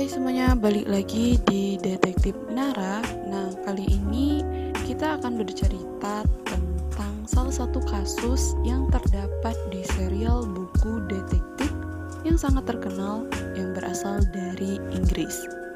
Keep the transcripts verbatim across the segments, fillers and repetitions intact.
Hai semuanya, balik lagi di Detektif Nara. Nah, kali ini kita akan bercerita tentang salah satu kasus yang terdapat di serial buku detektif yang sangat terkenal yang berasal dari Inggris.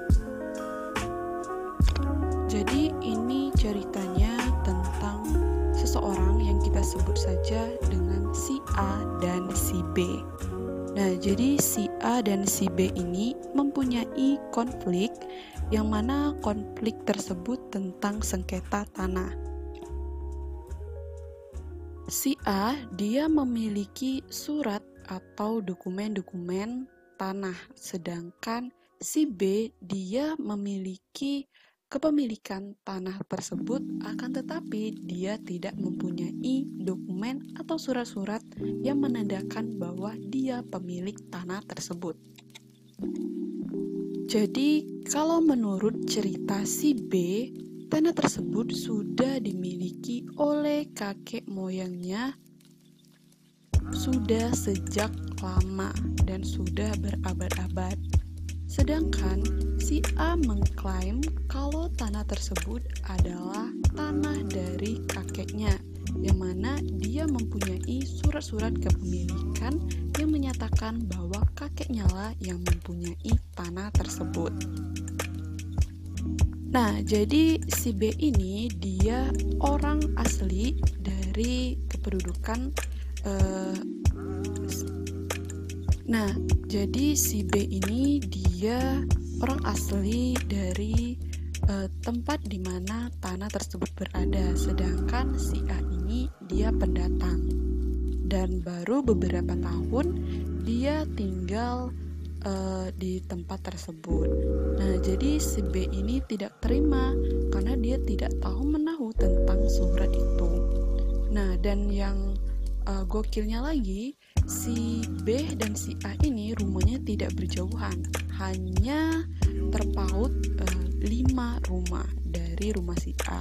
Jadi ini ceritanya tentang seseorang yang kita sebut saja dengan si A dan si B. Nah, jadi si A dan si B ini mempunyai konflik yang mana konflik tersebut tentang sengketa tanah. Si A, dia memiliki surat atau dokumen-dokumen tanah, sedangkan si B, dia memiliki kepemilikan tanah tersebut, akan tetapi dia tidak mempunyai dokumen atau surat-surat yang menandakan bahwa dia pemilik tanah tersebut. Jadi, kalau menurut cerita si B, tanah tersebut sudah dimiliki oleh kakek moyangnya sudah sejak lama dan sudah berabad-abad. Sedangkan si A mengklaim kalau tanah tersebut adalah tanah dari kakeknya, yang mana dia mempunyai surat-surat kepemilikan yang menyatakan bahwa kakeknya lah yang mempunyai tanah tersebut. Nah, jadi si B ini dia orang asli dari kependudukan eh, Nah, jadi si B ini dia orang asli dari uh, tempat di mana tanah tersebut berada, sedangkan si A ini dia pendatang. Dan baru beberapa tahun dia tinggal uh, di tempat tersebut. Nah, jadi si B ini tidak terima karena dia tidak tahu menahu tentang surat itu. Nah, dan yang uh, gokilnya lagi, si B dan si A ini rumahnya tidak berjauhan, hanya terpaut uh, lima rumah dari rumah si A.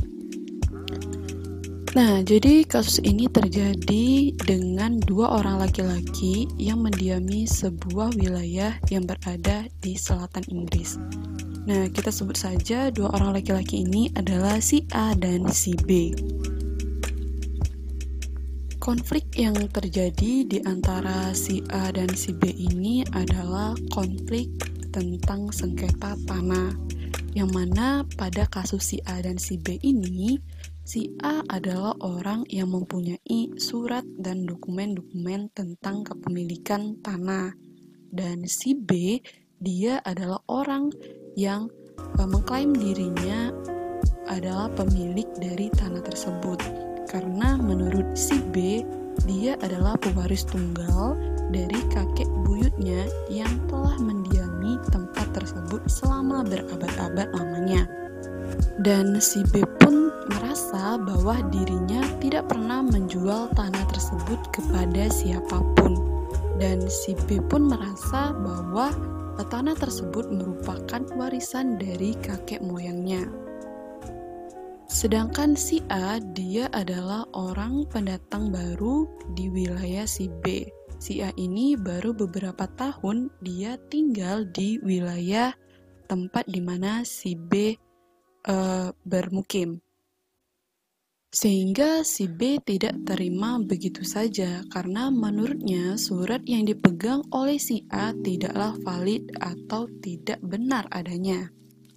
Nah, jadi kasus ini terjadi dengan dua orang laki-laki yang mendiami sebuah wilayah yang berada di selatan Inggris. Nah, kita sebut saja dua orang laki-laki ini adalah si A dan si B. Konflik yang terjadi di antara si A dan si B ini adalah konflik tentang sengketa tanah, yang mana pada kasus si A dan si B ini, si A adalah orang yang mempunyai surat dan dokumen-dokumen tentang kepemilikan tanah, dan si B, dia adalah orang yang mengklaim dirinya adalah pemilik dari tanah tersebut. Karena menurut si B, dia adalah pewaris tunggal dari kakek buyutnya yang telah mendiami tempat tersebut selama berabad-abad lamanya. Dan si B pun merasa bahwa dirinya tidak pernah menjual tanah tersebut kepada siapapun. Dan si B pun merasa bahwa tanah tersebut merupakan warisan dari kakek moyangnya. Sedangkan si A, dia adalah orang pendatang baru di wilayah si B. Si A ini baru beberapa tahun dia tinggal di wilayah tempat di mana si B e, bermukim. Sehingga si B tidak terima begitu saja karena menurutnya surat yang dipegang oleh si A tidaklah valid atau tidak benar adanya.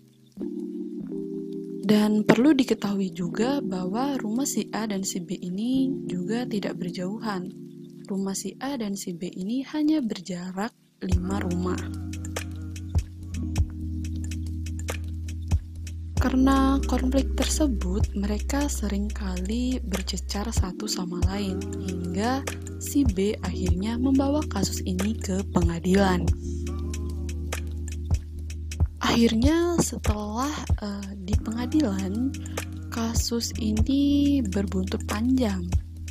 Dan perlu diketahui juga bahwa rumah si A dan si B ini juga tidak berjauhan. Rumah si A dan si B ini hanya berjarak lima rumah. Karena konflik tersebut, mereka seringkali bercecar satu sama lain, hingga si B akhirnya membawa kasus ini ke pengadilan. Akhirnya setelah uh, di pengadilan, kasus ini berbuntut panjang.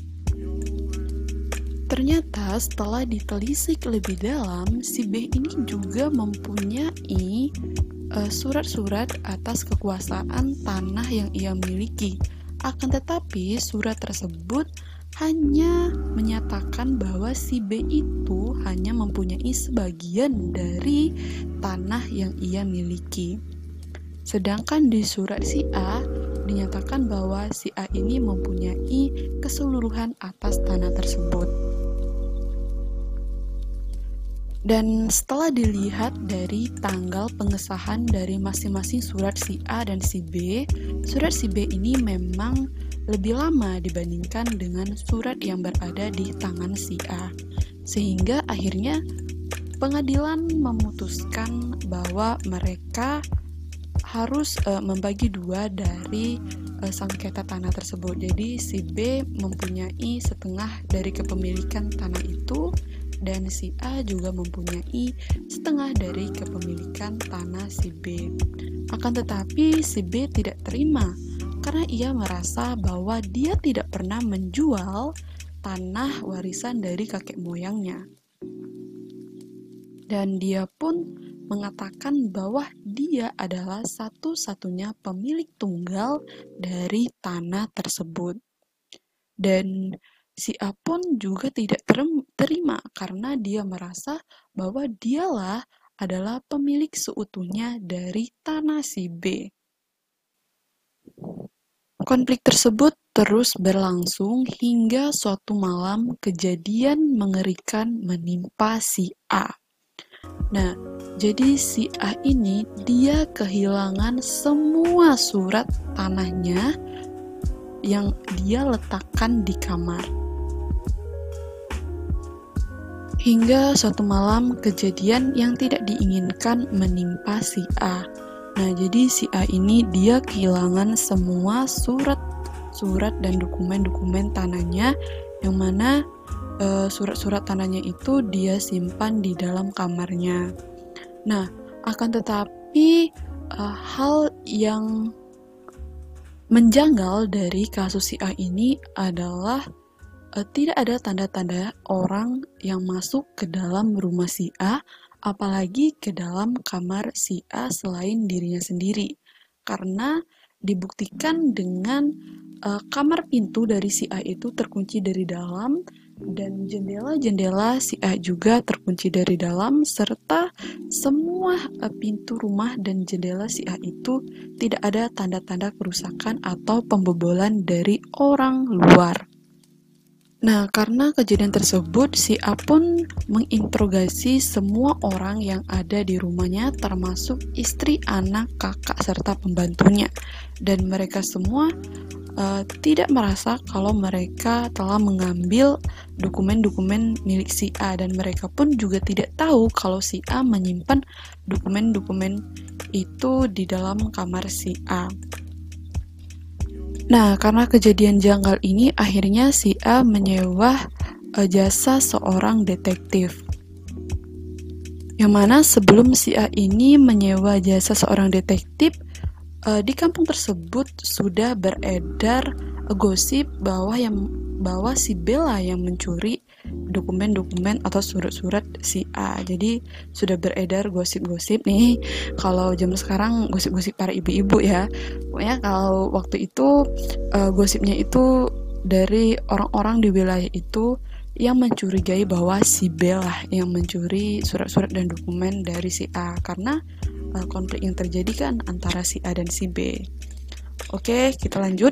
Ternyata setelah ditelisik lebih dalam, si B ini juga mempunyai uh, surat-surat atas kekuasaan tanah yang ia miliki. Akan tetapi surat tersebut hanya menyatakan bahwa si B itu hanya mempunyai sebagian dari tanah yang ia miliki. Sedangkan di surat si A dinyatakan bahwa si A ini mempunyai keseluruhan atas tanah tersebut. Dan setelah dilihat dari tanggal pengesahan dari masing-masing surat si A dan si B, surat si B ini memang lebih lama dibandingkan dengan surat yang berada di tangan si A. Sehingga akhirnya pengadilan memutuskan bahwa mereka harus uh, membagi dua dari uh, sengketa tanah tersebut. Jadi si B mempunyai setengah dari kepemilikan tanah itu, dan si A juga mempunyai setengah dari kepemilikan tanah si B. Akan tetapi si B tidak terima karena ia merasa bahwa dia tidak pernah menjual tanah warisan dari kakek moyangnya. Dan dia pun mengatakan bahwa dia adalah satu-satunya pemilik tunggal dari tanah tersebut. Dan si A pun juga tidak terima karena dia merasa bahwa dialah adalah pemilik seutuhnya dari tanah si B. Konflik tersebut terus berlangsung hingga suatu malam kejadian mengerikan menimpa si A. Nah, jadi si A ini dia kehilangan semua surat tanahnya yang dia letakkan di kamar. Hingga suatu malam kejadian yang tidak diinginkan menimpa si A. Nah, jadi si A ini dia kehilangan semua surat-surat dan dokumen-dokumen tanahnya, yang mana e, surat-surat tanahnya itu dia simpan di dalam kamarnya. Nah, akan tetapi e, hal yang menjanggal dari kasus si A ini adalah e, tidak ada tanda-tanda orang yang masuk ke dalam rumah si A, apalagi ke dalam kamar si A selain dirinya sendiri, karena dibuktikan dengan uh, kamar pintu dari si A itu terkunci dari dalam, dan jendela-jendela si A juga terkunci dari dalam, serta semua uh, pintu rumah dan jendela si A itu tidak ada tanda-tanda kerusakan atau pembobolan dari orang luar. Nah, karena kejadian tersebut, si A pun menginterogasi semua orang yang ada di rumahnya, termasuk istri, anak, kakak, serta pembantunya. Dan mereka semua uh, tidak merasa kalau mereka telah mengambil dokumen-dokumen milik si A, dan mereka pun juga tidak tahu kalau si A menyimpan dokumen-dokumen itu di dalam kamar si A. Nah, karena kejadian janggal ini, akhirnya si A menyewa uh, jasa seorang detektif. Yang mana sebelum si A ini menyewa jasa seorang detektif, uh, di kampung tersebut sudah beredar uh, gosip bahwa yang bahwa si Bella yang mencuri dokumen-dokumen atau surat-surat si A. Jadi sudah beredar gosip-gosip nih. Kalau zaman sekarang gosip-gosip para ibu-ibu ya. Pokoknya kalau waktu itu uh, gosipnya itu dari orang-orang di wilayah itu yang mencurigai bahwa si B lah yang mencuri surat-surat dan dokumen dari si A, karena uh, konflik yang terjadi kan antara si A dan si B. Oke, kita lanjut.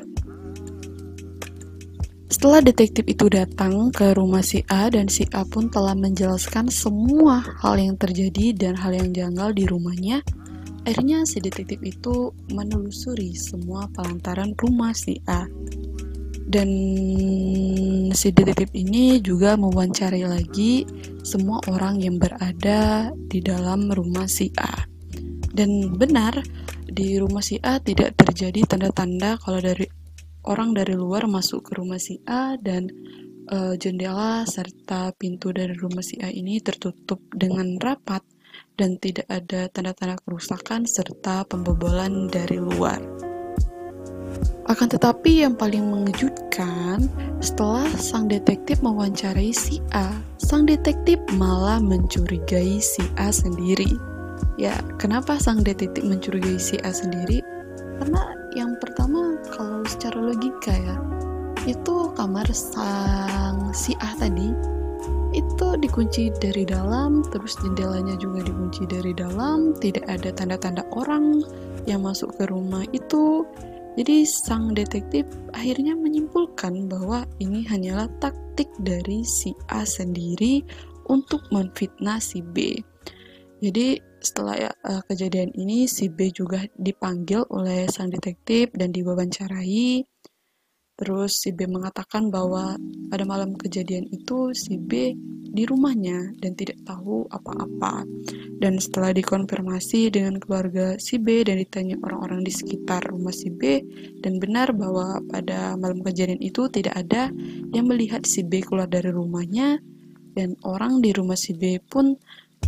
Setelah detektif itu datang ke rumah si A, dan si A pun telah menjelaskan semua hal yang terjadi dan hal yang janggal di rumahnya, akhirnya si detektif itu menelusuri semua pelantaran rumah si A. Dan si detektif ini juga mewawancarai lagi semua orang yang berada di dalam rumah si A. Dan benar, di rumah si A tidak terjadi tanda-tanda kalau dari orang dari luar masuk ke rumah si A, dan e, jendela serta pintu dari rumah si A ini tertutup dengan rapat dan tidak ada tanda-tanda kerusakan serta pembobolan dari luar. Akan tetapi yang paling mengejutkan, setelah sang detektif mewawancarai si A, sang detektif malah mencurigai si A sendiri. Ya, kenapa sang detektif mencurigai si A sendiri? Karena yang pertama, kalau secara logika ya, itu kamar sang si A tadi itu dikunci dari dalam, terus jendelanya juga dikunci dari dalam, tidak ada tanda-tanda orang yang masuk ke rumah itu. Jadi sang detektif akhirnya menyimpulkan bahwa ini hanyalah taktik dari si A sendiri untuk memfitnah si B. Jadi setelah uh, kejadian ini, si B juga dipanggil oleh sang detektif dan diwawancarai. Terus si B mengatakan bahwa pada malam kejadian itu si B di rumahnya dan tidak tahu apa-apa. Dan setelah dikonfirmasi dengan keluarga si B dan ditanya orang-orang di sekitar rumah si B, dan benar bahwa pada malam kejadian itu tidak ada yang melihat si B keluar dari rumahnya, dan orang di rumah si B pun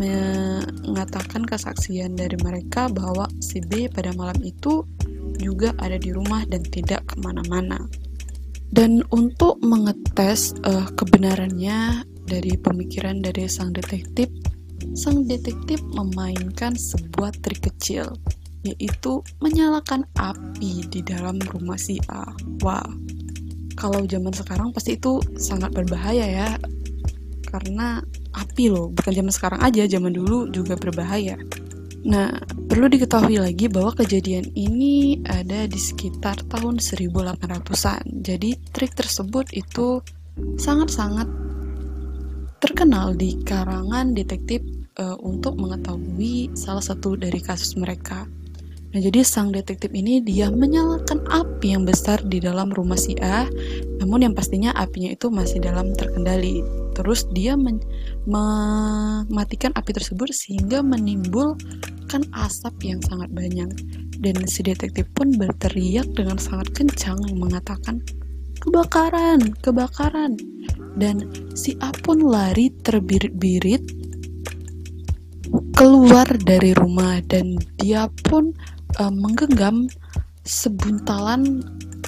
mengatakan kesaksian dari mereka bahwa si B pada malam itu juga ada di rumah dan tidak kemana-mana. Dan untuk mengetes uh, kebenarannya dari pemikiran dari sang detektif, sang detektif memainkan sebuah trik kecil, yaitu menyalakan api di dalam rumah si A. Wah, kalau zaman sekarang pasti itu sangat berbahaya ya, karena api loh, bukan zaman sekarang aja, zaman dulu juga berbahaya. Nah, perlu diketahui lagi bahwa kejadian ini ada di sekitar tahun seribu delapan ratusan. Jadi trik tersebut itu sangat-sangat terkenal di karangan detektif e, untuk mengetahui salah satu dari kasus mereka. Nah, jadi sang detektif ini dia menyalakan api yang besar di dalam rumah si A, namun yang pastinya apinya itu masih dalam terkendali. Terus dia men- mematikan api tersebut sehingga menimbulkan asap yang sangat banyak. Dan si detektif pun berteriak dengan sangat kencang mengatakan, "Kebakaran, kebakaran!" Dan si A pun lari terbirit-birit keluar dari rumah, dan dia pun uh, menggenggam sebuntalan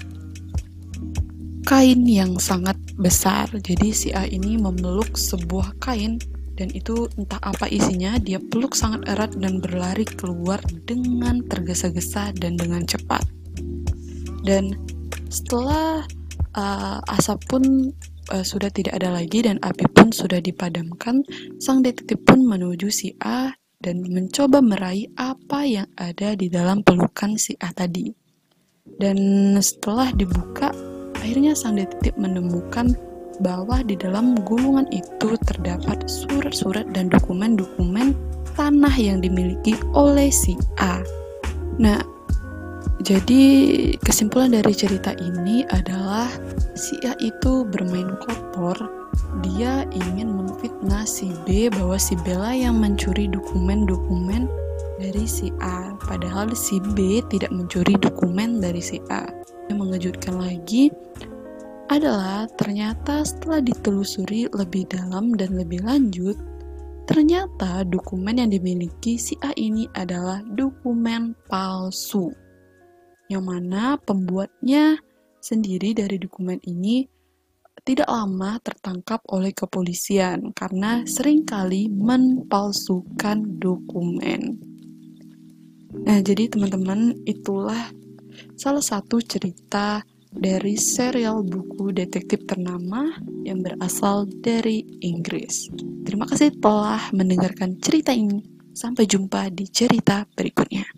kain yang sangat besar. Jadi si A ini memeluk sebuah kain, dan itu entah apa isinya, dia peluk sangat erat dan berlari keluar dengan tergesa-gesa dan dengan cepat. Dan setelah uh, asap pun uh, sudah tidak ada lagi dan api pun sudah dipadamkan, sang detektif pun menuju si A dan mencoba meraih apa yang ada di dalam pelukan si A tadi. Dan setelah dibuka, akhirnya sang detektif menemukan bahwa di dalam gulungan itu terdapat surat-surat dan dokumen-dokumen tanah yang dimiliki oleh si A. Nah, jadi kesimpulan dari cerita ini adalah si A itu bermain kotor. Dia ingin memfitnah si B bahwa si B lah yang mencuri dokumen-dokumen dari si A, padahal si B tidak mencuri dokumen dari si A. Yang mengejutkan lagi adalah ternyata setelah ditelusuri lebih dalam dan lebih lanjut, ternyata dokumen yang dimiliki si A ini adalah dokumen palsu, yang mana pembuatnya sendiri dari dokumen ini tidak lama tertangkap oleh kepolisian karena seringkali mempalsukan dokumen. Nah, jadi teman-teman, itulah salah satu cerita dari serial buku detektif ternama yang berasal dari Inggris. Terima kasih telah mendengarkan cerita ini. Sampai jumpa di cerita berikutnya.